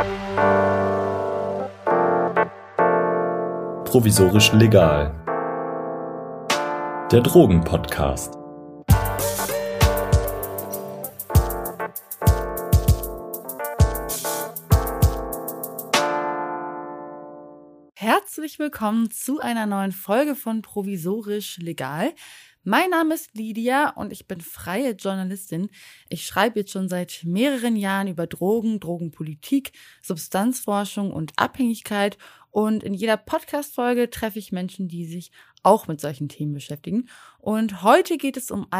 Provisorisch legal. Der Drogen-Podcast. Herzlich willkommen zu einer neuen Folge von Provisorisch legal. Mein Name ist Lydia und ich bin freie Journalistin. Ich schreibe jetzt schon seit mehreren Jahren über Drogen, Drogenpolitik, Substanzforschung und Abhängigkeit. Und in jeder Podcast-Folge treffe ich Menschen, die sich auch mit solchen Themen beschäftigen. Und heute geht es um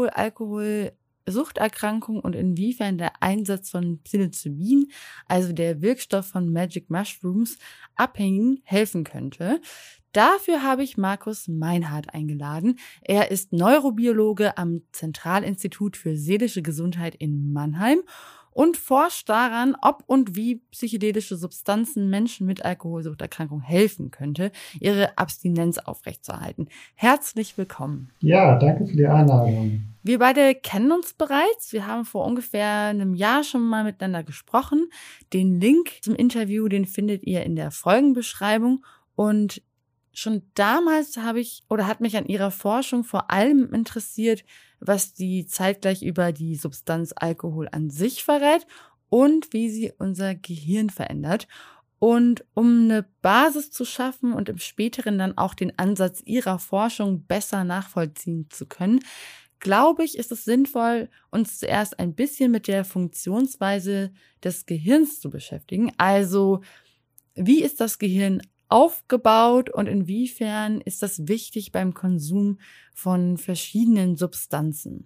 Alkoholsuchterkrankung und inwiefern der Einsatz von Psilocybin, also der Wirkstoff von Magic Mushrooms, Abhängigen helfen könnte. Dafür habe ich Markus Meinhardt eingeladen. Er ist Neurobiologe am Zentralinstitut für seelische Gesundheit in Mannheim und forscht daran, ob und wie psychedelische Substanzen Menschen mit Alkoholsuchterkrankung helfen könnte, ihre Abstinenz aufrechtzuerhalten. Herzlich willkommen. Ja, danke für die Einladung. Wir beide kennen uns bereits. Wir haben vor ungefähr einem Jahr schon mal miteinander gesprochen. Den Link zum Interview, den findet ihr in der Folgenbeschreibung. Und schon damals hat mich an ihrer Forschung vor allem interessiert, was die zeitgleich über die Substanz Alkohol an sich verrät und wie sie unser Gehirn verändert. Und um eine Basis zu schaffen und im Späteren dann auch den Ansatz ihrer Forschung besser nachvollziehen zu können, glaube ich, ist es sinnvoll, uns zuerst ein bisschen mit der Funktionsweise des Gehirns zu beschäftigen. Also, wie ist das Gehirn aufgebaut und inwiefern ist das wichtig beim Konsum von verschiedenen Substanzen?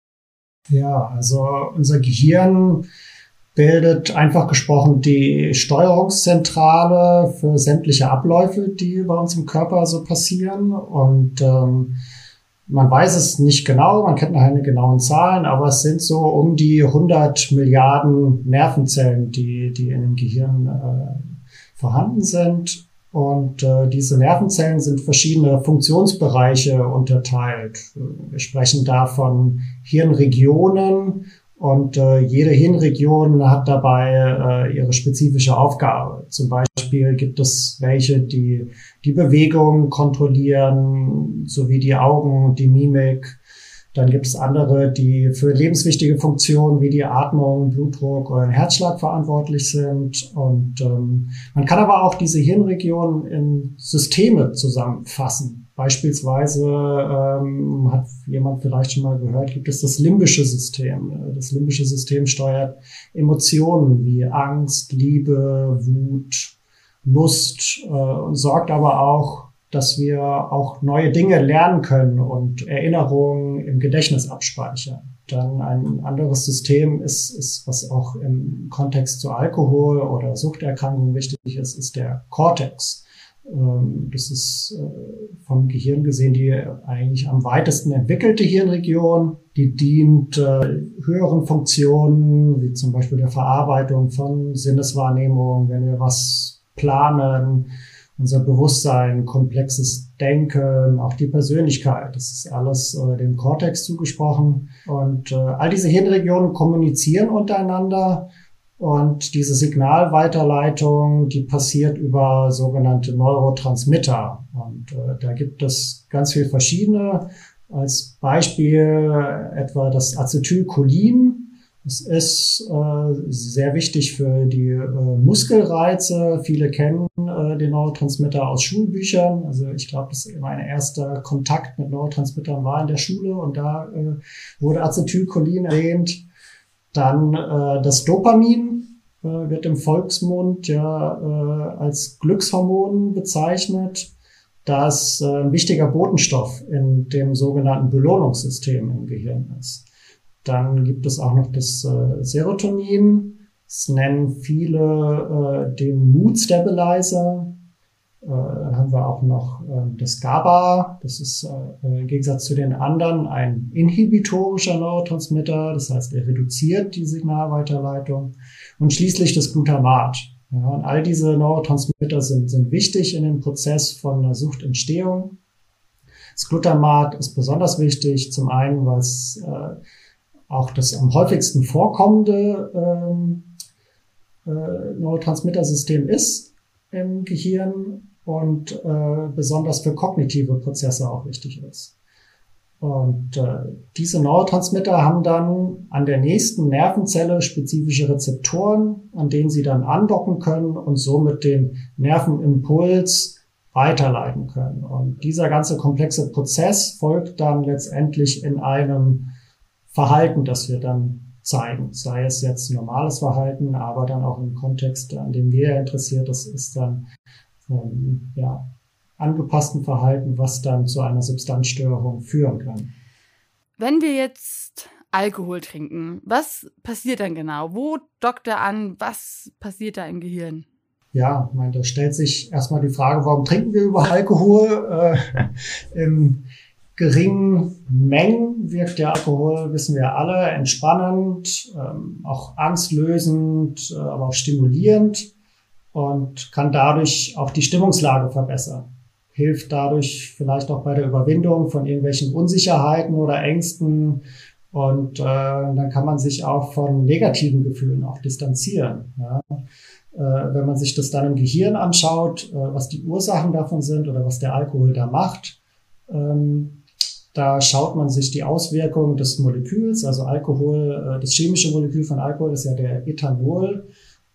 Ja, also unser Gehirn bildet einfach gesprochen die Steuerungszentrale für sämtliche Abläufe, die bei uns im Körper so passieren. Und man weiß es nicht genau, man kennt keine genauen Zahlen, aber es sind so um die 100 Milliarden Nervenzellen, die in dem Gehirn vorhanden sind. Und diese Nervenzellen sind verschiedene Funktionsbereiche unterteilt. Wir sprechen da von Hirnregionen und jede Hirnregion hat dabei ihre spezifische Aufgabe. Zum Beispiel gibt es welche, die die Bewegung kontrollieren, sowie die Augen, die Mimik. Dann gibt es andere, die für lebenswichtige Funktionen wie die Atmung, Blutdruck oder den Herzschlag verantwortlich sind. Und man kann aber auch diese Hirnregionen in Systeme zusammenfassen. Beispielsweise hat jemand vielleicht schon mal gehört, gibt es das limbische System. Das limbische System steuert Emotionen wie Angst, Liebe, Wut, Lust und sorgt aber auch, dass wir auch neue Dinge lernen können und Erinnerungen im Gedächtnis abspeichern. Dann ein anderes System ist, was auch im Kontext zu Alkohol oder Suchterkrankungen wichtig ist der Cortex. Das ist vom Gehirn gesehen die eigentlich am weitesten entwickelte Hirnregion. Die dient höheren Funktionen, wie zum Beispiel der Verarbeitung von Sinneswahrnehmung, wenn wir was planen, unser Bewusstsein, komplexes Denken, auch die Persönlichkeit. Das ist alles dem Kortex zugesprochen. Und all diese Hirnregionen kommunizieren untereinander. Und diese Signalweiterleitung, die passiert über sogenannte Neurotransmitter. Und da gibt es ganz viele verschiedene. Als Beispiel etwa das Acetylcholin. Es ist sehr wichtig für die Muskelreize. Viele kennen den Neurotransmitter aus Schulbüchern. Also ich glaube, mein erster Kontakt mit Neurotransmittern war in der Schule und da wurde Acetylcholin erwähnt. Dann das Dopamin wird im Volksmund als Glückshormon bezeichnet. Das ein wichtiger Botenstoff in dem sogenannten Belohnungssystem im Gehirn ist. Dann gibt es auch noch das Serotonin. Das nennen viele den Mood Stabilizer. Dann haben wir auch noch das GABA. Das ist im Gegensatz zu den anderen ein inhibitorischer Neurotransmitter. Das heißt, er reduziert die Signalweiterleitung. Und schließlich das Glutamat. Ja, und all diese Neurotransmitter sind wichtig in dem Prozess von der Suchtentstehung. Das Glutamat ist besonders wichtig, zum einen, weil es auch das am häufigsten vorkommende Neurotransmittersystem ist im Gehirn und besonders für kognitive Prozesse auch wichtig ist. Und diese Neurotransmitter haben dann an der nächsten Nervenzelle spezifische Rezeptoren, an denen sie dann andocken können und somit den Nervenimpuls weiterleiten können. Und dieser ganze komplexe Prozess folgt dann letztendlich in einem Verhalten, das wir dann zeigen. Sei es jetzt normales Verhalten, aber dann auch im Kontext, an dem wir interessiert, das ist dann angepassten Verhalten, was dann zu einer Substanzstörung führen kann. Wenn wir jetzt Alkohol trinken, was passiert dann genau? Wo dockt er an? Was passiert da im Gehirn? Ja, ich meine, da stellt sich erstmal die Frage, warum trinken wir überhaupt Alkohol? In geringen Mengen wirkt der Alkohol, wissen wir alle, entspannend, auch angstlösend, aber auch stimulierend und kann dadurch auch die Stimmungslage verbessern. Hilft dadurch vielleicht auch bei der Überwindung von irgendwelchen Unsicherheiten oder Ängsten. Und dann kann man sich auch von negativen Gefühlen auch distanzieren. Ja. Wenn man sich das dann im Gehirn anschaut, was die Ursachen davon sind oder was der Alkohol da macht, da schaut man sich die Auswirkungen des Moleküls, also Alkohol, das chemische Molekül von Alkohol ist ja der Ethanol.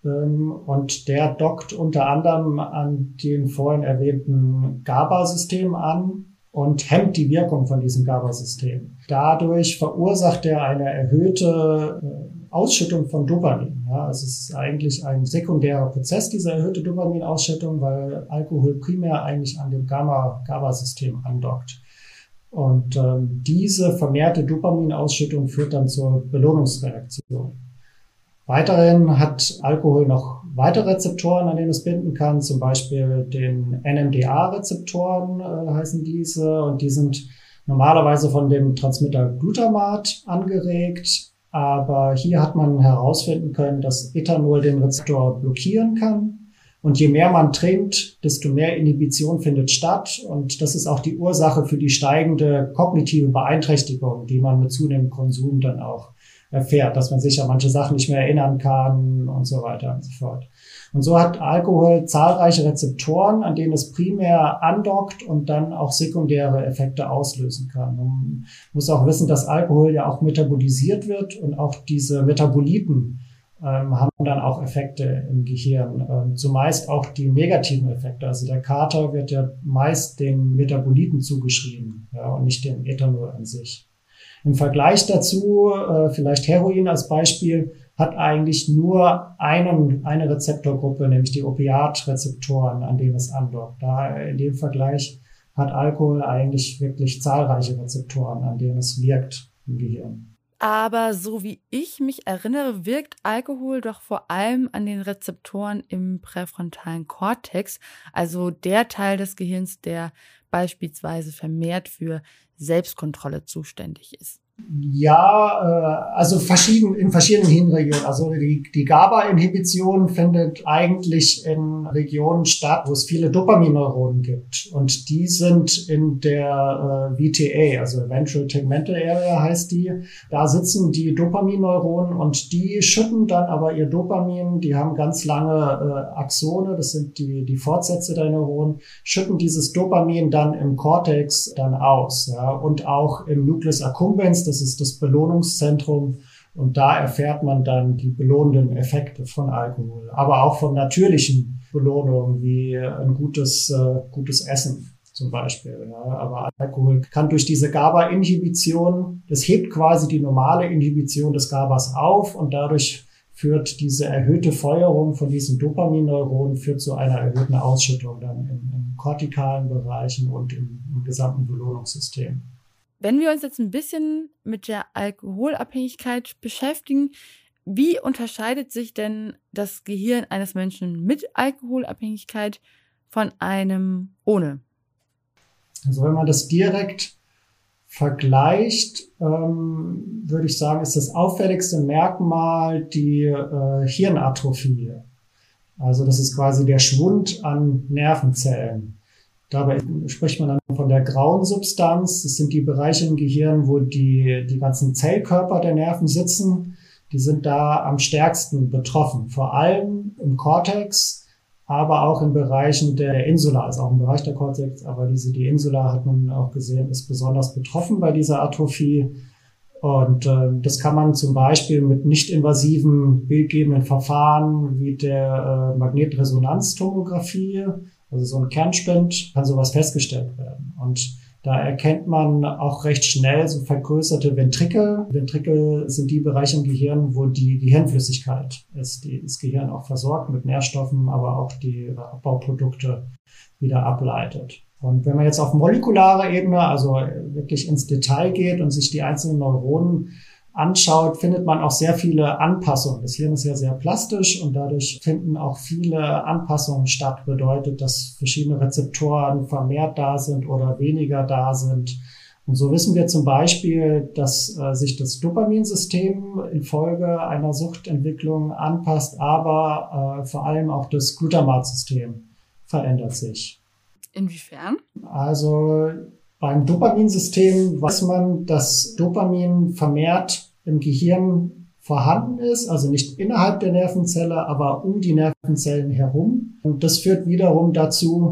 Und der dockt unter anderem an den vorhin erwähnten GABA-System an und hemmt die Wirkung von diesem GABA-System. Dadurch verursacht er eine erhöhte Ausschüttung von Dopamin. Ja, also es ist eigentlich ein sekundärer Prozess, diese erhöhte Dopaminausschüttung, weil Alkohol primär eigentlich an dem GABA-System andockt. Und diese vermehrte Dopaminausschüttung führt dann zur Belohnungsreaktion. Weiterhin hat Alkohol noch weitere Rezeptoren, an denen es binden kann, zum Beispiel den NMDA-Rezeptoren heißen diese, und die sind normalerweise von dem Transmitter Glutamat angeregt, aber hier hat man herausfinden können, dass Ethanol den Rezeptor blockieren kann. Und je mehr man trinkt, desto mehr Inhibition findet statt. Und das ist auch die Ursache für die steigende kognitive Beeinträchtigung, die man mit zunehmendem Konsum dann auch erfährt, dass man sich an manche Sachen nicht mehr erinnern kann und so weiter und so fort. Und so hat Alkohol zahlreiche Rezeptoren, an denen es primär andockt und dann auch sekundäre Effekte auslösen kann. Man muss auch wissen, dass Alkohol ja auch metabolisiert wird und auch diese Metaboliten haben dann auch Effekte im Gehirn. Zumeist auch die negativen Effekte. Also der Kater wird ja meist den Metaboliten zugeschrieben, ja, und nicht dem Ethanol an sich. Im Vergleich dazu, vielleicht Heroin als Beispiel, hat eigentlich nur eine Rezeptorgruppe, nämlich die Opiatrezeptoren, an denen es andockt. Da in dem Vergleich hat Alkohol eigentlich wirklich zahlreiche Rezeptoren, an denen es wirkt im Gehirn. Aber so wie ich mich erinnere, wirkt Alkohol doch vor allem an den Rezeptoren im präfrontalen Kortex, also der Teil des Gehirns, der beispielsweise vermehrt für Selbstkontrolle zuständig ist. Ja, also in verschiedenen Hirnregionen. Also die GABA-Inhibition findet eigentlich in Regionen statt, wo es viele Dopaminneuronen gibt. Und die sind in der VTA, also Ventral Tegmental Area heißt die. Da sitzen die Dopaminneuronen und die schütten dann aber ihr Dopamin, die haben ganz lange Axone, das sind die Fortsätze der Neuronen, schütten dieses Dopamin dann im Cortex dann aus. Ja, und auch im Nucleus accumbens, das ist das Belohnungszentrum, und da erfährt man dann die belohnenden Effekte von Alkohol, aber auch von natürlichen Belohnungen wie ein gutes Essen zum Beispiel. Ja. Aber Alkohol kann durch diese GABA-Inhibition, das hebt quasi die normale Inhibition des GABAs auf, und dadurch führt diese erhöhte Feuerung von diesen Dopaminneuronen zu einer erhöhten Ausschüttung dann im kortikalen Bereichen und im gesamten Belohnungssystem. Wenn wir uns jetzt ein bisschen mit der Alkoholabhängigkeit beschäftigen, wie unterscheidet sich denn das Gehirn eines Menschen mit Alkoholabhängigkeit von einem ohne? Also wenn man das direkt vergleicht, würde ich sagen, ist das auffälligste Merkmal die Hirnatrophie. Also das ist quasi der Schwund an Nervenzellen. Dabei spricht man dann von der grauen Substanz. Das sind die Bereiche im Gehirn, wo die ganzen Zellkörper der Nerven sitzen. die sind da am stärksten betroffen. Vor allem im Cortex, aber auch in Bereichen der Insula, ist auch ein Bereich der Cortex, aber die Insula hat man auch gesehen, ist besonders betroffen bei dieser Atrophie. Und das kann man zum Beispiel mit nicht-invasiven bildgebenden Verfahren wie der Magnetresonanztomographie, also so ein Kernspind, kann sowas festgestellt werden. Und da erkennt man auch recht schnell so vergrößerte Ventrikel. Ventrikel sind die Bereiche im Gehirn, wo die Gehirnflüssigkeit ist, die das Gehirn auch versorgt mit Nährstoffen, aber auch die Abbauprodukte wieder ableitet. Und wenn man jetzt auf molekularer Ebene, also wirklich ins Detail geht und sich die einzelnen Neuronen anschaut, findet man auch sehr viele Anpassungen. Das Hirn ist ja sehr plastisch und dadurch finden auch viele Anpassungen statt. Bedeutet, dass verschiedene Rezeptoren vermehrt da sind oder weniger da sind. Und so wissen wir zum Beispiel, dass sich das Dopaminsystem infolge einer Suchtentwicklung anpasst, aber vor allem auch das Glutamatsystem verändert sich. Inwiefern? Also beim Dopaminsystem weiß man, dass Dopamin vermehrt im Gehirn vorhanden ist, also nicht innerhalb der Nervenzelle, aber um die Nervenzellen herum. Und das führt wiederum dazu,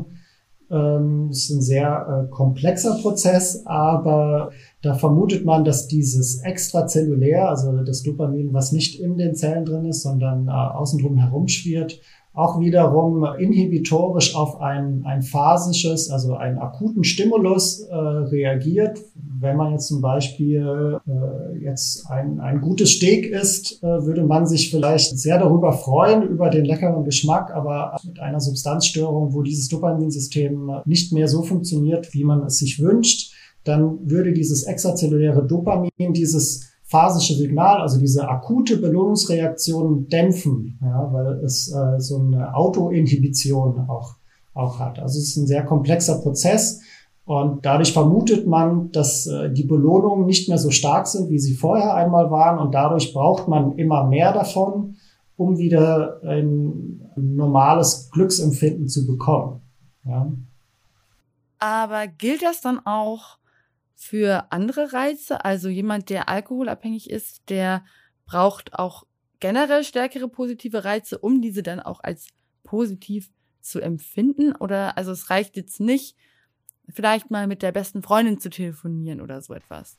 es ist ein sehr komplexer Prozess, aber da vermutet man, dass dieses extrazellulär, also das Dopamin, was nicht in den Zellen drin ist, sondern außenrum herumschwirrt, auch wiederum inhibitorisch auf ein phasisches, also einen akuten Stimulus reagiert. Wenn man jetzt zum Beispiel jetzt ein gutes Steak isst, würde man sich vielleicht sehr darüber freuen, über den leckeren Geschmack, aber mit einer Substanzstörung, wo dieses Dopaminsystem nicht mehr so funktioniert, wie man es sich wünscht, dann würde dieses extrazelluläre Dopamin dieses phasische Signal, also diese akute Belohnungsreaktion dämpfen, ja, weil es so eine Autoinhibition auch hat. Also es ist ein sehr komplexer Prozess und dadurch vermutet man, dass die Belohnungen nicht mehr so stark sind, wie sie vorher einmal waren und dadurch braucht man immer mehr davon, um wieder ein normales Glücksempfinden zu bekommen. Ja. Aber gilt das dann auch für andere Reize? Also jemand, der alkoholabhängig ist, der braucht auch generell stärkere positive Reize, um diese dann auch als positiv zu empfinden? Oder also es reicht jetzt nicht, vielleicht mal mit der besten Freundin zu telefonieren oder so etwas?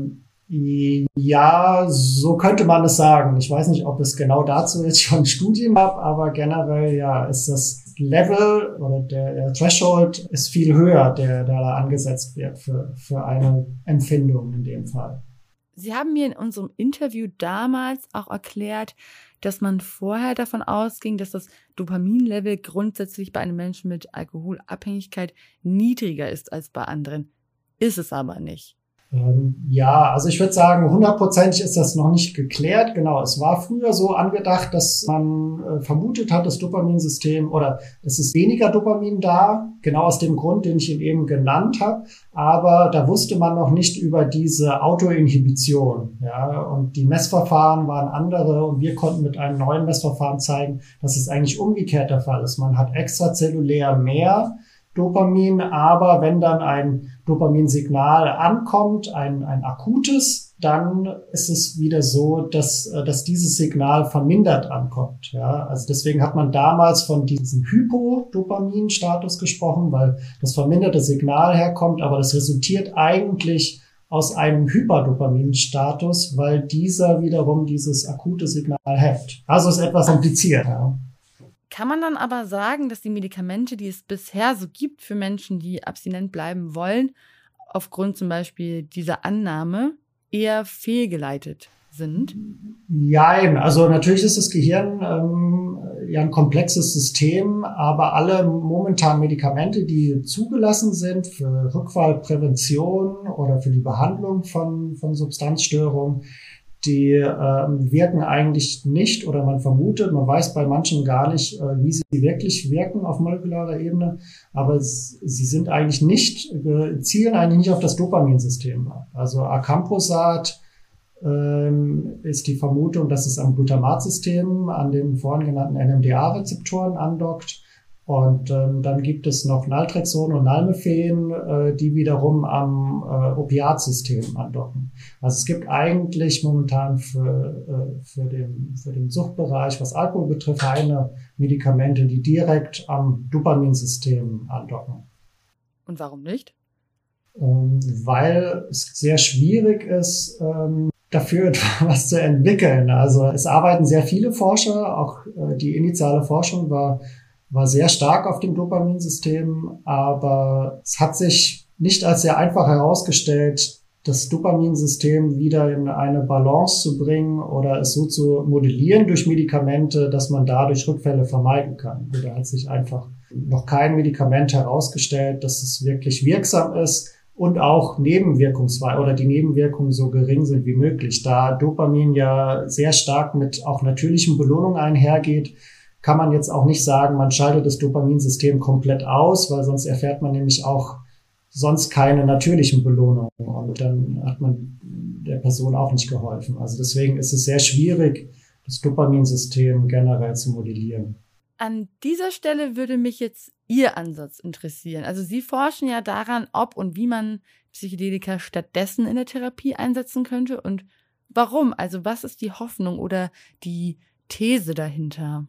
Ja, so könnte man es sagen. Ich weiß nicht, ob es genau dazu jetzt schon Studien gab, aber generell ja ist das Level oder der Threshold ist viel höher, der da angesetzt wird für eine Empfindung in dem Fall. Sie haben mir in unserem Interview damals auch erklärt, dass man vorher davon ausging, dass das Dopaminlevel grundsätzlich bei einem Menschen mit Alkoholabhängigkeit niedriger ist als bei anderen. Ist es aber nicht. Ja, also ich würde sagen, 100%ig ist das noch nicht geklärt. Genau, es war früher so angedacht, dass man vermutet hat, das Dopaminsystem oder es ist weniger Dopamin da, genau aus dem Grund, den ich Ihnen eben genannt habe. Aber da wusste man noch nicht über diese Autoinhibition. Ja, und die Messverfahren waren andere und wir konnten mit einem neuen Messverfahren zeigen, dass es eigentlich umgekehrt der Fall ist. Man hat extrazellulär mehr Dopamin, aber wenn dann ein Dopaminsignal ankommt, ein akutes, dann ist es wieder so, dass dieses Signal vermindert ankommt. Ja, also deswegen hat man damals von diesem Hypodopaminstatus gesprochen, weil das verminderte Signal herkommt, aber das resultiert eigentlich aus einem Hyperdopaminstatus, weil dieser wiederum dieses akute Signal hemmt. Also ist etwas kompliziert. Ja. Kann man dann aber sagen, dass die Medikamente, die es bisher so gibt für Menschen, die abstinent bleiben wollen, aufgrund zum Beispiel dieser Annahme eher fehlgeleitet sind? Nein, also natürlich ist das Gehirn ja ein komplexes System, aber alle momentanen Medikamente, die zugelassen sind für Rückfallprävention oder für die Behandlung von Substanzstörungen, die wirken eigentlich nicht oder man vermutet, man weiß bei manchen gar nicht, wie sie wirklich wirken auf molekularer Ebene, aber sie sind eigentlich nicht, zielen eigentlich nicht auf das Dopaminsystem ab. Also Acamprosat ist die Vermutung, dass es am Glutamatsystem, an den vorhin genannten NMDA-Rezeptoren andockt. Und dann gibt es noch Naltrexon und Nalmephen, die wiederum am Opiatsystem andocken. Also es gibt eigentlich momentan für den Suchtbereich, was Alkohol betrifft, keine Medikamente, die direkt am Dopaminsystem andocken. Und warum nicht? Weil es sehr schwierig ist, dafür etwas zu entwickeln. Also es arbeiten sehr viele Forscher, auch die initiale Forschung war sehr stark auf dem Dopaminsystem, aber es hat sich nicht als sehr einfach herausgestellt, das Dopaminsystem wieder in eine Balance zu bringen oder es so zu modellieren durch Medikamente, dass man dadurch Rückfälle vermeiden kann. Da hat sich einfach noch kein Medikament herausgestellt, dass es wirklich wirksam ist und auch nebenwirkungsfrei oder die Nebenwirkungen so gering sind wie möglich. Da Dopamin ja sehr stark mit auch natürlichen Belohnungen einhergeht, kann man jetzt auch nicht sagen, man schaltet das Dopaminsystem komplett aus, weil sonst erfährt man nämlich auch sonst keine natürlichen Belohnungen und dann hat man der Person auch nicht geholfen. Also deswegen ist es sehr schwierig, das Dopaminsystem generell zu modellieren. An dieser Stelle würde mich jetzt Ihr Ansatz interessieren. Also Sie forschen ja daran, ob und wie man Psychedelika stattdessen in der Therapie einsetzen könnte und warum. Also was ist die Hoffnung oder die These dahinter?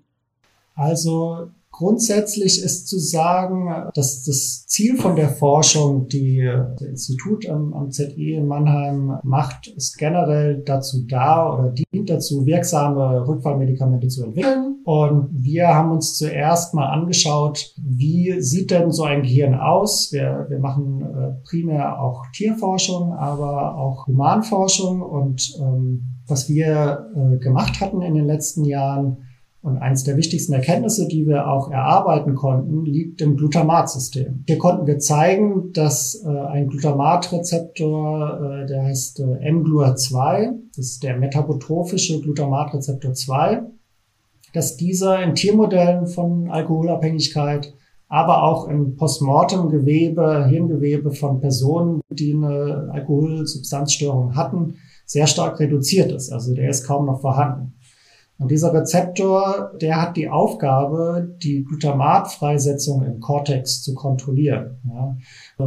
Also grundsätzlich ist zu sagen, dass das Ziel von der Forschung, die das Institut am ZI in Mannheim macht, ist generell dazu da oder dient dazu, wirksame Rückfallmedikamente zu entwickeln. Und wir haben uns zuerst mal angeschaut, wie sieht denn so ein Gehirn aus? Wir machen primär auch Tierforschung, aber auch Humanforschung. Und was wir gemacht hatten in den letzten Jahren, und eines der wichtigsten Erkenntnisse, die wir auch erarbeiten konnten, liegt im Glutamatsystem. Hier konnten wir zeigen, dass ein Glutamatrezeptor, der heißt mGlUR2, das ist der metabotrophische Glutamatrezeptor 2, dass dieser in Tiermodellen von Alkoholabhängigkeit, aber auch im Postmortem-Gewebe, Hirngewebe von Personen, die eine Alkoholsubstanzstörung hatten, sehr stark reduziert ist. Also der ist kaum noch vorhanden. Und dieser Rezeptor, der hat die Aufgabe, die Glutamatfreisetzung im Kortex zu kontrollieren. Ja.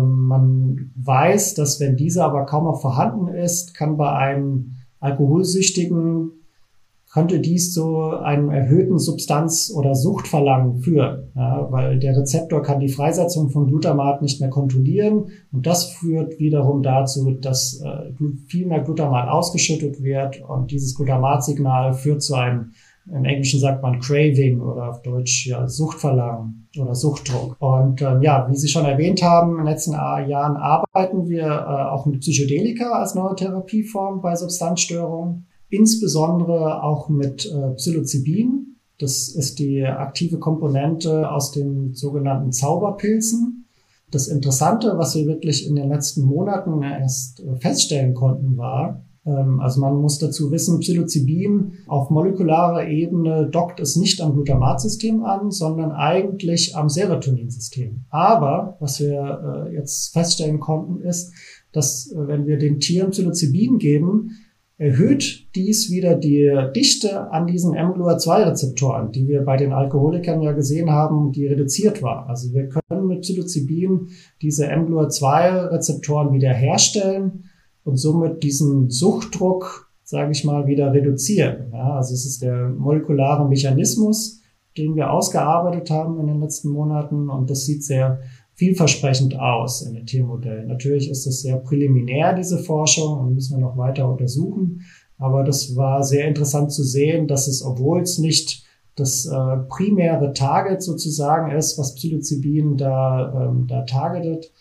Man weiß, dass wenn diese aber kaum noch vorhanden ist, kann bei einem Alkoholsüchtigen könnte dies zu einem erhöhten Substanz- oder Suchtverlangen führen, ja, weil der Rezeptor kann die Freisetzung von Glutamat nicht mehr kontrollieren und das führt wiederum dazu, dass viel mehr Glutamat ausgeschüttet wird und dieses Glutamatsignal führt zu einem, im Englischen sagt man Craving oder auf Deutsch ja Suchtverlangen oder Suchtdruck. Und wie Sie schon erwähnt haben, in den letzten Jahren arbeiten wir auch mit Psychedelika als neue Therapieform bei Substanzstörungen. Insbesondere auch mit Psilocybin. Das ist die aktive Komponente aus den sogenannten Zauberpilzen. Das Interessante, was wir wirklich in den letzten Monaten erst feststellen konnten, war, also man muss dazu wissen, Psilocybin auf molekularer Ebene dockt es nicht am Glutamatsystem an, sondern eigentlich am Serotoninsystem. Aber was wir jetzt feststellen konnten, ist, dass wenn wir den Tieren Psilocybin geben, erhöht dies wieder die Dichte an diesen mGlUR2-Rezeptoren, die wir bei den Alkoholikern ja gesehen haben, die reduziert war. Also wir können mit Psilocybin diese mGlUR2-Rezeptoren wieder herstellen und somit diesen Suchtdruck, sage ich mal, wieder reduzieren. Ja, also es ist der molekulare Mechanismus, den wir ausgearbeitet haben in den letzten Monaten und das sieht sehr vielversprechend aus in den Tiermodellen. Natürlich ist das sehr präliminär, diese Forschung, und müssen wir noch weiter untersuchen. Aber das war sehr interessant zu sehen, dass es, obwohl es nicht das primäre Target sozusagen ist, was Psilocybin da targetet,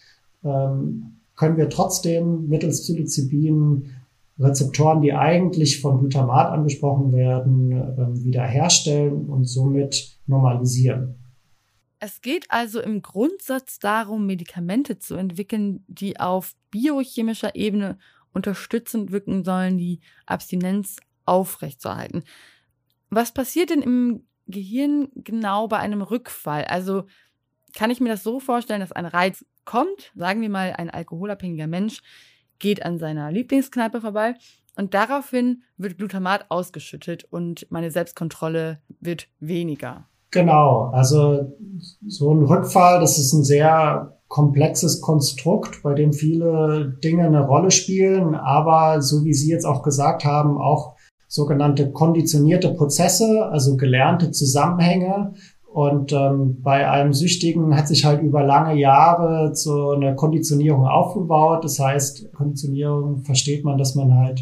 können wir trotzdem mittels Psilocybin Rezeptoren, die eigentlich von Glutamat angesprochen werden, wieder herstellen und somit normalisieren. Es geht also im Grundsatz darum, Medikamente zu entwickeln, die auf biochemischer Ebene unterstützend wirken sollen, die Abstinenz aufrechtzuerhalten. Was passiert denn im Gehirn genau bei einem Rückfall? Also kann ich mir das so vorstellen, dass ein Reiz kommt, sagen wir mal, ein alkoholabhängiger Mensch geht an seiner Lieblingskneipe vorbei und daraufhin wird Glutamat ausgeschüttet und meine Selbstkontrolle wird weniger. Genau, also so ein Rückfall, das ist ein sehr komplexes Konstrukt, bei dem viele Dinge eine Rolle spielen, aber so wie Sie jetzt auch gesagt haben, auch sogenannte konditionierte Prozesse, also gelernte Zusammenhänge. Und bei einem Süchtigen hat sich halt über lange Jahre so eine Konditionierung aufgebaut. Das heißt, Konditionierung versteht man, dass man halt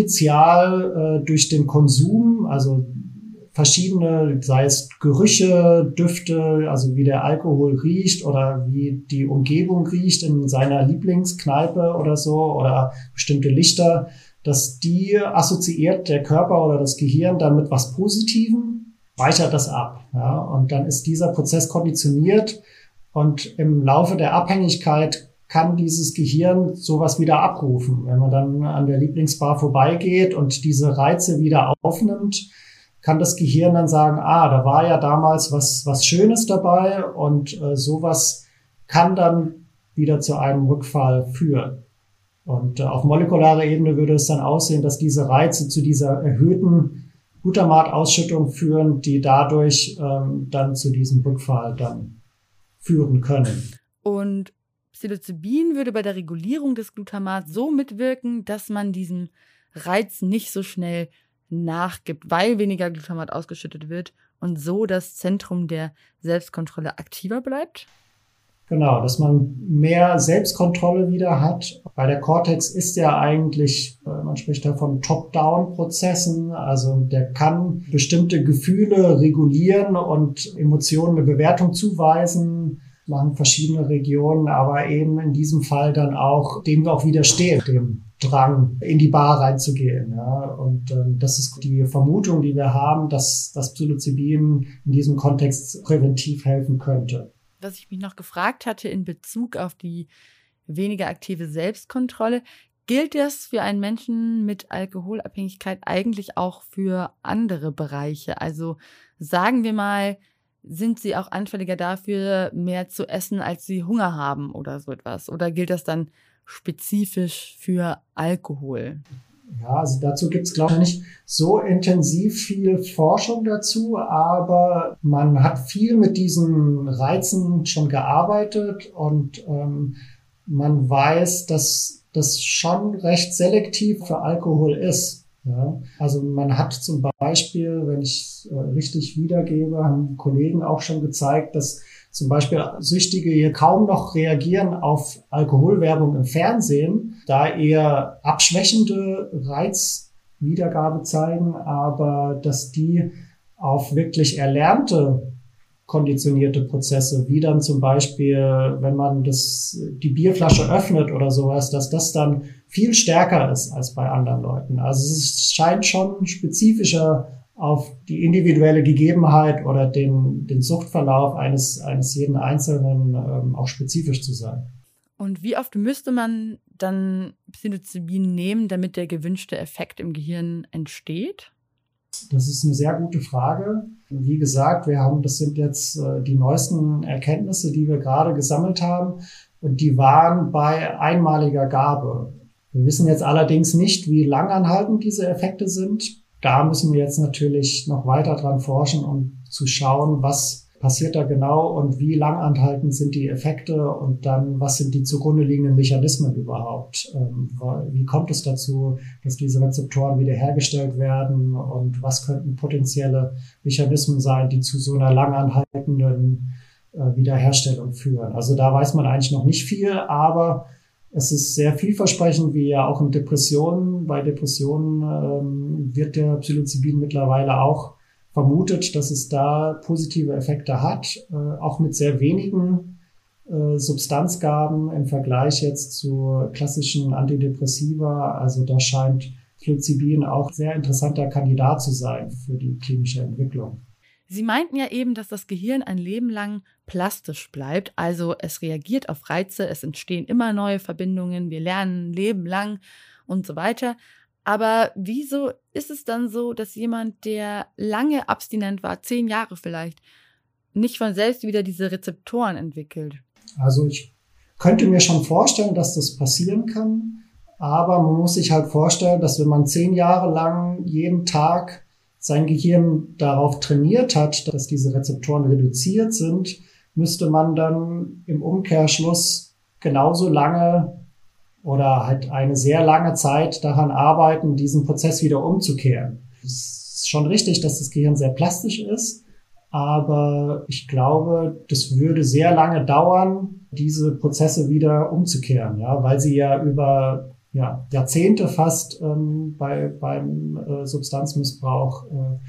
initial durch den Konsum, also verschiedene, sei es Gerüche, Düfte, also wie der Alkohol riecht oder wie die Umgebung riecht in seiner Lieblingskneipe oder so oder bestimmte Lichter, dass die assoziiert der Körper oder das Gehirn dann mit was Positivem, speichert das ab. Ja, und dann ist dieser Prozess konditioniert und im Laufe der Abhängigkeit kann dieses Gehirn sowas wieder abrufen. Wenn man dann an der Lieblingsbar vorbeigeht und diese Reize wieder aufnimmt, kann das Gehirn dann sagen, da war ja damals was Schönes dabei und sowas kann dann wieder zu einem Rückfall führen. Und auf molekularer Ebene würde es dann aussehen, dass diese Reize zu dieser erhöhten Glutamat-Ausschüttung führen, die dadurch dann zu diesem Rückfall dann führen können. Und Psilocybin würde bei der Regulierung des Glutamats so mitwirken, dass man diesem Reiz nicht so schnell nachgibt, weil weniger Glutamat ausgeschüttet wird und so das Zentrum der Selbstkontrolle aktiver bleibt? Genau, dass man mehr Selbstkontrolle wieder hat. Bei der Cortex ist ja eigentlich, man spricht da von Top-Down-Prozessen, also der kann bestimmte Gefühle regulieren und Emotionen eine Bewertung zuweisen, machen verschiedene Regionen, aber eben in diesem Fall dann auch dem auch widerstehen, dem Drang, in die Bar reinzugehen. Ja. Und das ist die Vermutung, die wir haben, dass das Psilocybin in diesem Kontext präventiv helfen könnte. Was ich mich noch gefragt hatte in Bezug auf die weniger aktive Selbstkontrolle, gilt das für einen Menschen mit Alkoholabhängigkeit eigentlich auch für andere Bereiche? Also sagen wir mal, sind sie auch anfälliger dafür, mehr zu essen, als sie Hunger haben oder so etwas? Oder gilt das dann spezifisch für Alkohol? Ja, also dazu gibt's, glaube ich, nicht so intensiv viel Forschung dazu, aber man hat viel mit diesen Reizen schon gearbeitet und man weiß, dass das schon recht selektiv für Alkohol ist. Ja, also man hat zum Beispiel, wenn ich richtig wiedergebe, haben Kollegen auch schon gezeigt, dass zum Beispiel Süchtige hier kaum noch reagieren auf Alkoholwerbung im Fernsehen, da eher abschwächende Reizwiedergabe zeigen, aber dass die auf wirklich erlernte konditionierte Prozesse, wie dann zum Beispiel, wenn man die Bierflasche öffnet oder sowas, dass das dann viel stärker ist als bei anderen Leuten. Also es scheint schon spezifischer auf die individuelle Gegebenheit oder den Suchtverlauf eines jeden Einzelnen auch spezifisch zu sein. Und wie oft müsste man dann Psilocybin nehmen, damit der gewünschte Effekt im Gehirn entsteht? Das ist eine sehr gute Frage. Wie gesagt, das sind jetzt die neuesten Erkenntnisse, die wir gerade gesammelt haben. Und die waren bei einmaliger Gabe. Wir wissen jetzt allerdings nicht, wie langanhaltend diese Effekte sind. Da müssen wir jetzt natürlich noch weiter dran forschen, um zu schauen, was passiert da genau und wie langanhaltend sind die Effekte und dann, was sind die zugrunde liegenden Mechanismen überhaupt? Wie kommt es dazu, dass diese Rezeptoren wiederhergestellt werden und was könnten potenzielle Mechanismen sein, die zu so einer langanhaltenden Wiederherstellung führen? Also da weiß man eigentlich noch nicht viel, aber es ist sehr vielversprechend, wie ja auch in Depressionen. Bei Depressionen wird der Psilocybin mittlerweile auch vermutet, dass es da positive Effekte hat, auch mit sehr wenigen Substanzgaben im Vergleich jetzt zu klassischen Antidepressiva. Also da scheint Psilocybin auch sehr interessanter Kandidat zu sein für die klinische Entwicklung. Sie meinten ja eben, dass das Gehirn ein Leben lang plastisch bleibt, also es reagiert auf Reize, es entstehen immer neue Verbindungen, wir lernen ein Leben lang und so weiter. Aber wieso ist es dann so, dass jemand, der lange abstinent war, 10 Jahre vielleicht, nicht von selbst wieder diese Rezeptoren entwickelt? Also ich könnte mir schon vorstellen, dass das passieren kann, aber man muss sich halt vorstellen, dass wenn man 10 Jahre lang jeden Tag sein Gehirn darauf trainiert hat, dass diese Rezeptoren reduziert sind, müsste man dann im Umkehrschluss genauso lange oder halt eine sehr lange Zeit daran arbeiten, diesen Prozess wieder umzukehren. Es ist schon richtig, dass das Gehirn sehr plastisch ist, aber ich glaube, das würde sehr lange dauern, diese Prozesse wieder umzukehren, ja, weil sie ja über Jahrzehnte fast beim Substanzmissbrauch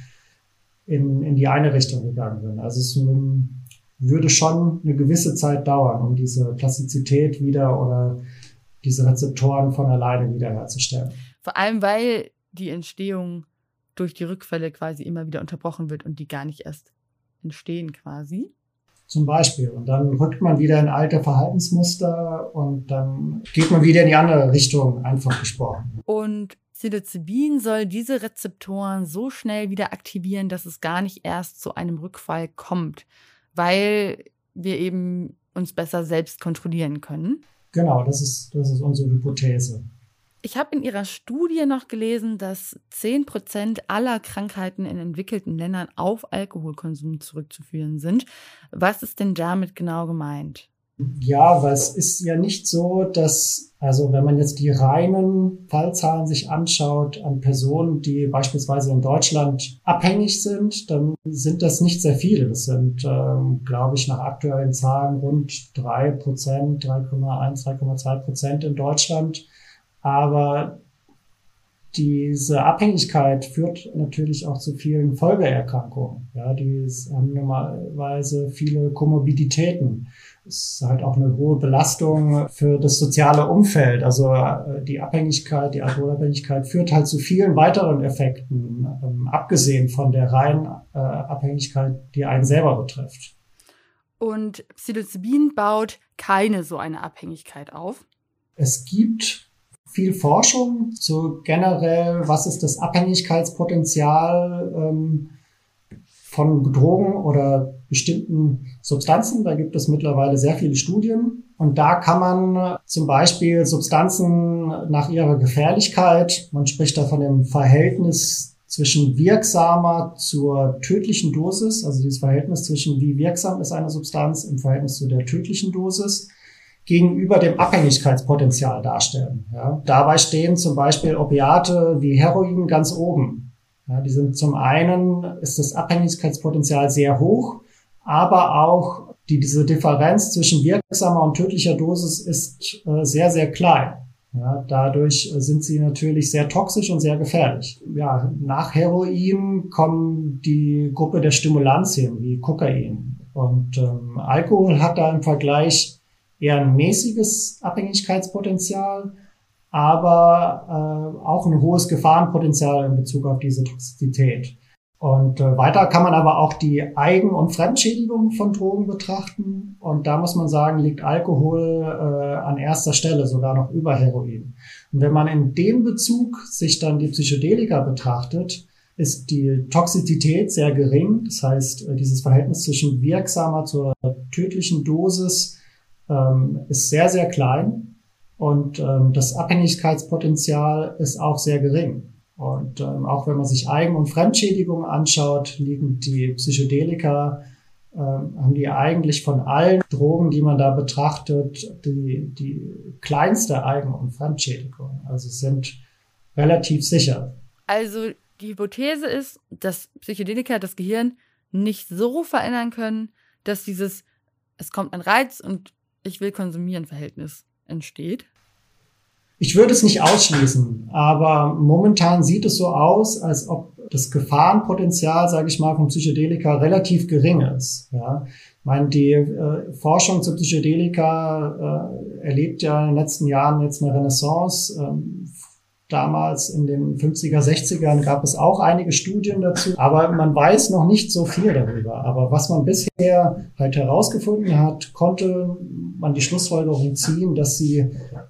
in die eine Richtung gegangen sind. Also es würde schon eine gewisse Zeit dauern, um diese Plastizität wieder oder diese Rezeptoren von alleine wiederherzustellen. Vor allem, weil die Entstehung durch die Rückfälle quasi immer wieder unterbrochen wird und die gar nicht erst entstehen quasi. Zum Beispiel. Und dann rückt man wieder in alte Verhaltensmuster und dann geht man wieder in die andere Richtung, einfach gesprochen. Und Psilocybin soll diese Rezeptoren so schnell wieder aktivieren, dass es gar nicht erst zu einem Rückfall kommt, weil wir eben uns besser selbst kontrollieren können. Genau, das ist unsere Hypothese. Ich habe in Ihrer Studie noch gelesen, dass 10% aller Krankheiten in entwickelten Ländern auf Alkoholkonsum zurückzuführen sind. Was ist denn damit genau gemeint? Ja, weil es ist ja nicht so, dass, also wenn man jetzt die reinen Fallzahlen sich anschaut an Personen, die beispielsweise in Deutschland abhängig sind, dann sind das nicht sehr viele. Das sind, glaube ich, nach aktuellen Zahlen rund 3%, 3,1, 3,2% in Deutschland. Aber diese Abhängigkeit führt natürlich auch zu vielen Folgeerkrankungen. Ja, die haben normalerweise viele Komorbiditäten. Es ist halt auch eine hohe Belastung für das soziale Umfeld. Also die Alkoholabhängigkeit führt halt zu vielen weiteren Effekten, abgesehen von der reinen Abhängigkeit, die einen selber betrifft. Und Psilocybin baut keine so eine Abhängigkeit auf? Es gibt viel Forschung zu generell, was ist das Abhängigkeitspotenzial von Drogen oder bestimmten Substanzen. Da gibt es mittlerweile sehr viele Studien. Und da kann man zum Beispiel Substanzen nach ihrer Gefährlichkeit, man spricht da von dem Verhältnis zwischen wirksamer zur tödlichen Dosis, also dieses Verhältnis zwischen wie wirksam ist eine Substanz im Verhältnis zu der tödlichen Dosis, gegenüber dem Abhängigkeitspotenzial darstellen. Ja. Dabei stehen zum Beispiel Opiate wie Heroin ganz oben. Ja, die sind zum einen, ist das Abhängigkeitspotenzial sehr hoch, aber auch diese Differenz zwischen wirksamer und tödlicher Dosis ist sehr, sehr klein. Ja, dadurch sind sie natürlich sehr toxisch und sehr gefährlich. Ja, nach Heroin kommen die Gruppe der Stimulantien wie Kokain. Und Alkohol hat da im Vergleich eher ein mäßiges Abhängigkeitspotenzial, aber auch ein hohes Gefahrenpotenzial in Bezug auf diese Toxizität. Und weiter kann man aber auch die Eigen- und Fremdschädigung von Drogen betrachten. Und da muss man sagen, liegt Alkohol an erster Stelle, sogar noch über Heroin. Und wenn man in dem Bezug sich dann die Psychedelika betrachtet, ist die Toxizität sehr gering. Das heißt, dieses Verhältnis zwischen wirksamer zur tödlichen Dosis ist sehr, sehr klein und das Abhängigkeitspotenzial ist auch sehr gering. Und auch wenn man sich Eigen- und Fremdschädigungen anschaut, liegen die Psychedelika, haben die eigentlich von allen Drogen, die man da betrachtet, die kleinste Eigen- und Fremdschädigung. Also sind relativ sicher. Also die Hypothese ist, dass Psychedelika das Gehirn nicht so verändern können, dass es kommt ein Reiz und ich will konsumieren Verhältnis entsteht? Ich würde es nicht ausschließen, aber momentan sieht es so aus, als ob das Gefahrenpotenzial, sage ich mal, von Psychedelika relativ gering ist. Ja, ich meine, die Forschung zu Psychedelika erlebt ja in den letzten Jahren jetzt eine Renaissance. Damals in den 50er, 60ern gab es auch einige Studien dazu, aber man weiß noch nicht so viel darüber. Aber was man bisher halt herausgefunden hat, konnte man die Schlussfolgerung ziehen, dass sie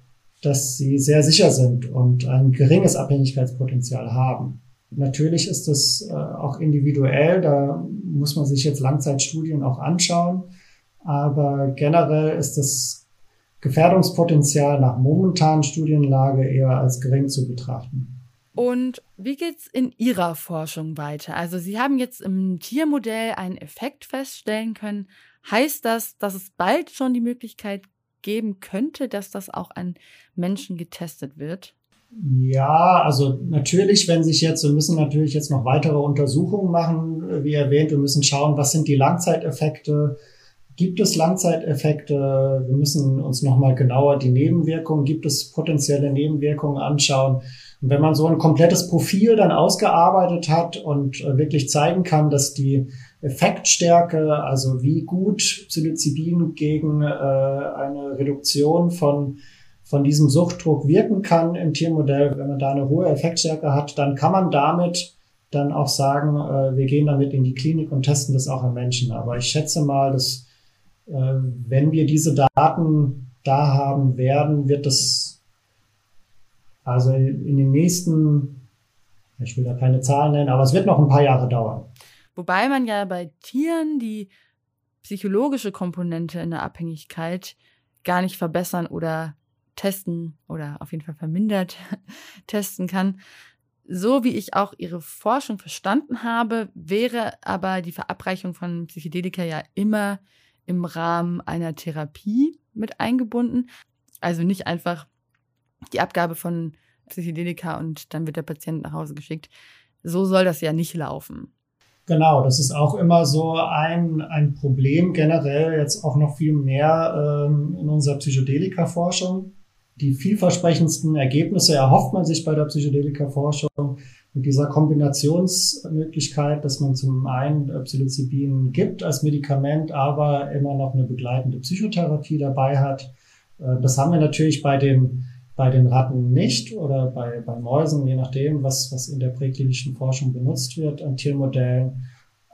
sehr sicher sind und ein geringes Abhängigkeitspotenzial haben. Natürlich ist es auch individuell, da muss man sich jetzt Langzeitstudien auch anschauen, aber generell ist das Gefährdungspotenzial nach momentanen Studienlage eher als gering zu betrachten. Und wie geht's in Ihrer Forschung weiter? Also Sie haben jetzt im Tiermodell einen Effekt feststellen können. Heißt das, dass es bald schon die Möglichkeit geben könnte, dass das auch an Menschen getestet wird? Ja, also natürlich, wir müssen natürlich jetzt noch weitere Untersuchungen machen. Wie erwähnt, wir müssen schauen, was sind die Langzeiteffekte? Gibt es Langzeiteffekte? Wir müssen uns nochmal genauer die Nebenwirkungen, gibt es potenzielle Nebenwirkungen anschauen. Und wenn man so ein komplettes Profil dann ausgearbeitet hat und wirklich zeigen kann, dass die Effektstärke, also wie gut Psilocybin gegen eine Reduktion von diesem Suchtdruck wirken kann im Tiermodell, wenn man da eine hohe Effektstärke hat, dann kann man damit dann auch sagen, wir gehen damit in die Klinik und testen das auch an Menschen. Aber ich schätze mal, dass wenn wir diese Daten da haben werden, wird das also in den nächsten, ich will da keine Zahlen nennen, aber es wird noch ein paar Jahre dauern. Wobei man ja bei Tieren die psychologische Komponente in der Abhängigkeit gar nicht verbessern oder testen oder auf jeden Fall vermindert testen kann. So wie ich auch Ihre Forschung verstanden habe, wäre aber die Verabreichung von Psychedelika ja immer im Rahmen einer Therapie mit eingebunden. Also nicht einfach die Abgabe von Psychedelika und dann wird der Patient nach Hause geschickt. So soll das ja nicht laufen. Genau, das ist auch immer so ein Problem generell, jetzt auch noch viel mehr in unserer Psychedelika-Forschung. Die vielversprechendsten Ergebnisse erhofft man sich bei der Psychedelika-Forschung mit dieser Kombinationsmöglichkeit, dass man zum einen Psilocybin gibt als Medikament, aber immer noch eine begleitende Psychotherapie dabei hat. Das haben wir natürlich bei den Ratten nicht oder bei Mäusen, je nachdem, was in der präklinischen Forschung benutzt wird an Tiermodellen.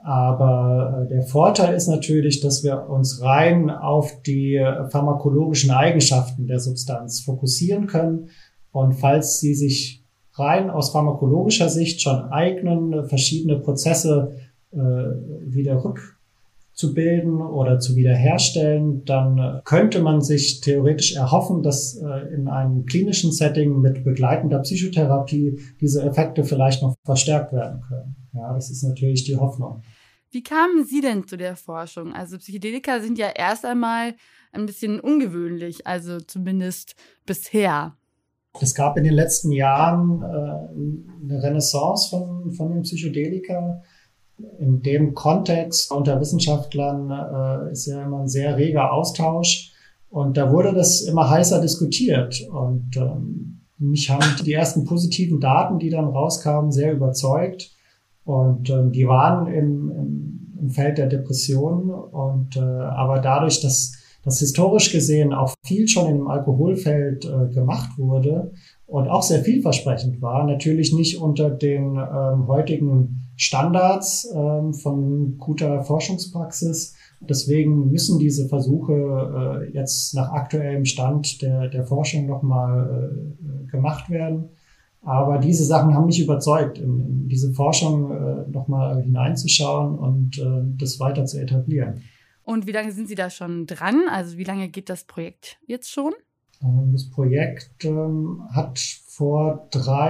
Aber der Vorteil ist natürlich, dass wir uns rein auf die pharmakologischen Eigenschaften der Substanz fokussieren können. Und falls sie sich rein aus pharmakologischer Sicht schon eignen, verschiedene Prozesse wieder rückzubilden oder zu wiederherstellen, dann könnte man sich theoretisch erhoffen, dass in einem klinischen Setting mit begleitender Psychotherapie diese Effekte vielleicht noch verstärkt werden können. Ja, das ist natürlich die Hoffnung. Wie kamen Sie denn zu der Forschung? Also Psychedelika sind ja erst einmal ein bisschen ungewöhnlich, also zumindest bisher. Es gab in den letzten Jahren eine Renaissance von den Psychedelika. In dem Kontext unter Wissenschaftlern ist ja immer ein sehr reger Austausch und da wurde das immer heißer diskutiert und mich haben die ersten positiven Daten, die dann rauskamen, sehr überzeugt und die waren im Feld der Depressionen und aber dadurch, dass historisch gesehen auch viel schon im Alkoholfeld gemacht wurde und auch sehr vielversprechend war, natürlich nicht unter den heutigen Standards von guter Forschungspraxis. Deswegen müssen diese Versuche jetzt nach aktuellem Stand der Forschung nochmal gemacht werden. Aber diese Sachen haben mich überzeugt, in diese Forschung nochmal hineinzuschauen und das weiter zu etablieren. Und wie lange sind Sie da schon dran? Also wie lange geht das Projekt jetzt schon? Das Projekt hat vor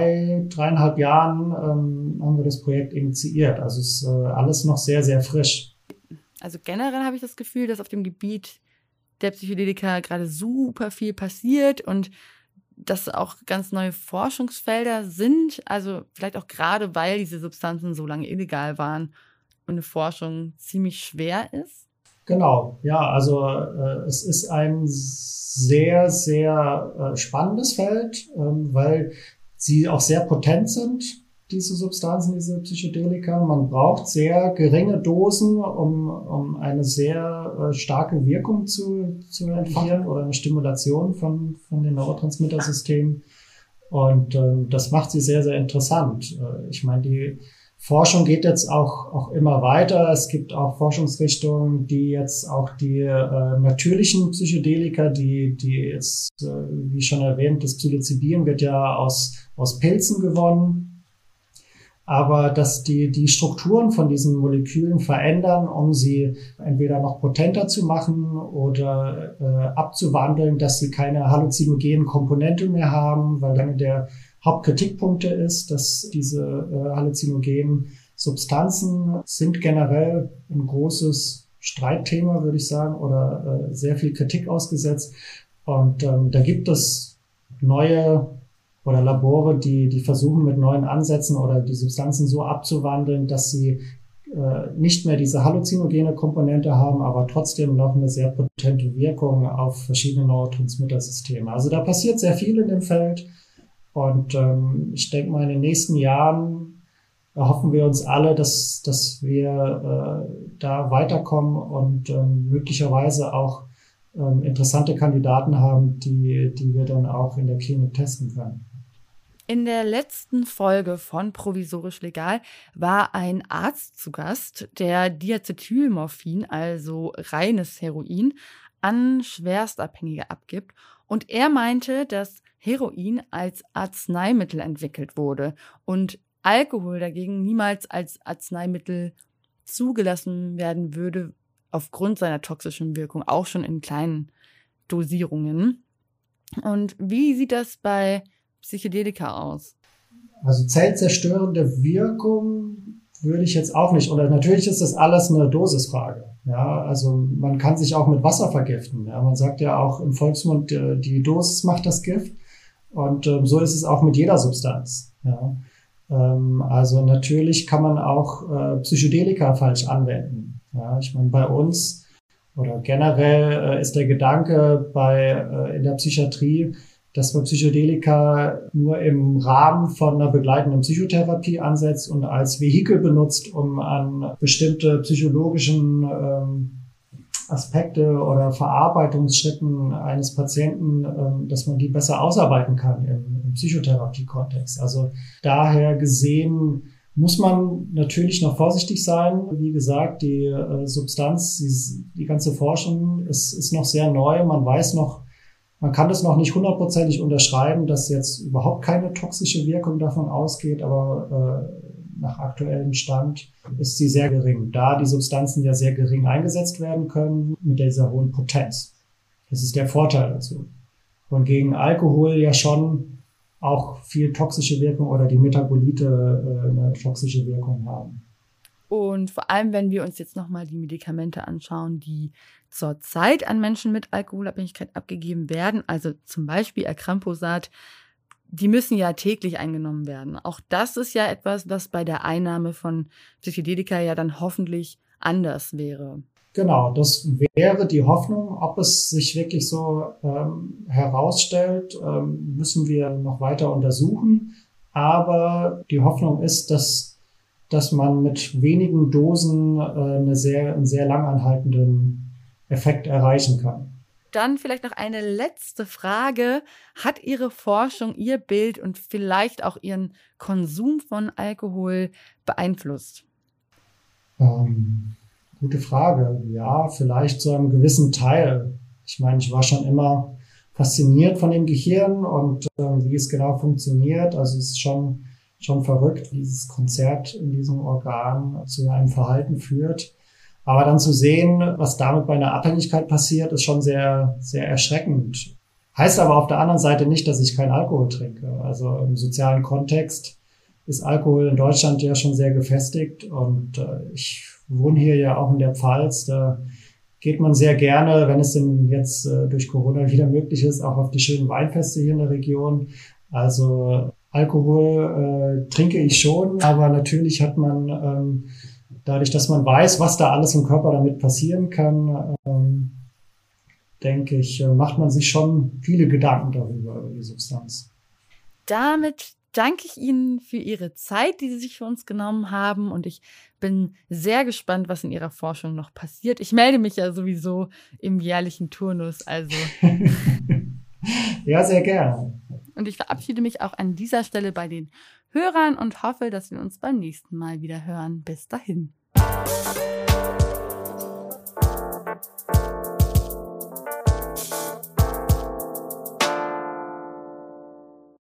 3,5 Jahren haben wir das Projekt initiiert. Also es ist alles noch sehr, sehr frisch. Also generell habe ich das Gefühl, dass auf dem Gebiet der Psychedelika gerade super viel passiert und dass auch ganz neue Forschungsfelder sind. Also vielleicht auch gerade, weil diese Substanzen so lange illegal waren und eine Forschung ziemlich schwer ist. Genau, ja, also es ist ein sehr, sehr spannendes Feld, weil sie auch sehr potent sind, diese Substanzen, diese Psychedelika. Man braucht sehr geringe Dosen, um eine sehr starke Wirkung zu entfalten oder eine Stimulation von den Neurotransmittersystemen. Und das macht sie sehr, sehr interessant. Ich meine, die Forschung geht jetzt auch immer weiter. Es gibt auch Forschungsrichtungen, die jetzt auch die natürlichen Psychedelika, die jetzt, wie schon erwähnt, das Psilocybin wird ja aus Pilzen gewonnen. Aber dass die Strukturen von diesen Molekülen verändern, um sie entweder noch potenter zu machen oder abzuwandeln, dass sie keine halluzinogenen Komponente mehr haben, weil dann der Hauptkritikpunkte ist, dass diese halluzinogenen Substanzen sind generell ein großes Streitthema, würde ich sagen, oder sehr viel Kritik ausgesetzt. Und da gibt es neue oder Labore, die versuchen mit neuen Ansätzen oder die Substanzen so abzuwandeln, dass sie nicht mehr diese halluzinogene Komponente haben, aber trotzdem noch eine sehr potente Wirkung auf verschiedene Neurotransmittersysteme. Also da passiert sehr viel in dem Feld und ich denke mal, in den nächsten Jahren erhoffen wir uns alle, dass wir da weiterkommen und möglicherweise auch interessante Kandidaten haben, die wir dann auch in der Klinik testen können. In der letzten Folge von Provisorisch Legal war ein Arzt zu Gast, der Diacetylmorphin, also reines Heroin, an Schwerstabhängige abgibt. Und er meinte, dass Heroin als Arzneimittel entwickelt wurde und Alkohol dagegen niemals als Arzneimittel zugelassen werden würde, aufgrund seiner toxischen Wirkung, auch schon in kleinen Dosierungen. Und wie sieht das bei Psychedelika aus? Also zeltzerstörende Wirkung würde ich jetzt auch nicht. Oder natürlich ist das alles eine Dosisfrage. Ja, also man kann sich auch mit Wasser vergiften. Ja, man sagt ja auch im Volksmund, die Dosis macht das Gift. Und so ist es auch mit jeder Substanz. Ja. Also natürlich kann man auch Psychedelika falsch anwenden. Ja, ich meine, bei uns oder generell ist der Gedanke in der Psychiatrie, dass man Psychedelika nur im Rahmen von einer begleitenden Psychotherapie ansetzt und als Vehikel benutzt, um an bestimmte psychologischen Aspekte oder Verarbeitungsschritten eines Patienten, dass man die besser ausarbeiten kann im Psychotherapie-Kontext. Also daher gesehen muss man natürlich noch vorsichtig sein. Wie gesagt, die Substanz, die ganze Forschung ist noch sehr neu. Man kann das noch nicht 100%ig unterschreiben, dass jetzt überhaupt keine toxische Wirkung davon ausgeht, aber nach aktuellem Stand ist sie sehr gering, da die Substanzen ja sehr gering eingesetzt werden können mit dieser hohen Potenz. Das ist der Vorteil dazu. Und gegen Alkohol ja schon auch viel toxische Wirkung oder die Metabolite eine toxische Wirkung haben. Und vor allem, wenn wir uns jetzt nochmal die Medikamente anschauen, die zurzeit an Menschen mit Alkoholabhängigkeit abgegeben werden, also zum Beispiel Acamprosat, die müssen ja täglich eingenommen werden. Auch das ist ja etwas, was bei der Einnahme von Psychedelika ja dann hoffentlich anders wäre. Genau, das wäre die Hoffnung. Ob es sich wirklich so herausstellt, müssen wir noch weiter untersuchen. Aber die Hoffnung ist, dass man mit wenigen Dosen einen sehr lang anhaltenden Effekt erreichen kann. Dann vielleicht noch eine letzte Frage. Hat Ihre Forschung Ihr Bild und vielleicht auch Ihren Konsum von Alkohol beeinflusst? Gute Frage. Ja, vielleicht zu einem gewissen Teil. Ich meine, ich war schon immer fasziniert von dem Gehirn und wie es genau funktioniert. Also es ist schon verrückt, wie dieses Konzert in diesem Organ zu einem Verhalten führt. Aber dann zu sehen, was damit bei einer Abhängigkeit passiert, ist schon sehr, sehr erschreckend. Heißt aber auf der anderen Seite nicht, dass ich keinen Alkohol trinke. Also im sozialen Kontext ist Alkohol in Deutschland ja schon sehr gefestigt und ich wohne hier ja auch in der Pfalz. Da geht man sehr gerne, wenn es denn jetzt durch Corona wieder möglich ist, auch auf die schönen Weinfeste hier in der Region. Also Alkohol trinke ich schon, aber natürlich hat man dadurch, dass man weiß, was da alles im Körper damit passieren kann, denke ich, macht man sich schon viele Gedanken darüber, über die Substanz. Damit danke ich Ihnen für Ihre Zeit, die Sie sich für uns genommen haben. Und ich bin sehr gespannt, was in Ihrer Forschung noch passiert. Ich melde mich ja sowieso im jährlichen Turnus. Also. Ja, sehr gerne. Und ich verabschiede mich auch an dieser Stelle bei den Hörern und hoffe, dass wir uns beim nächsten Mal wieder hören. Bis dahin.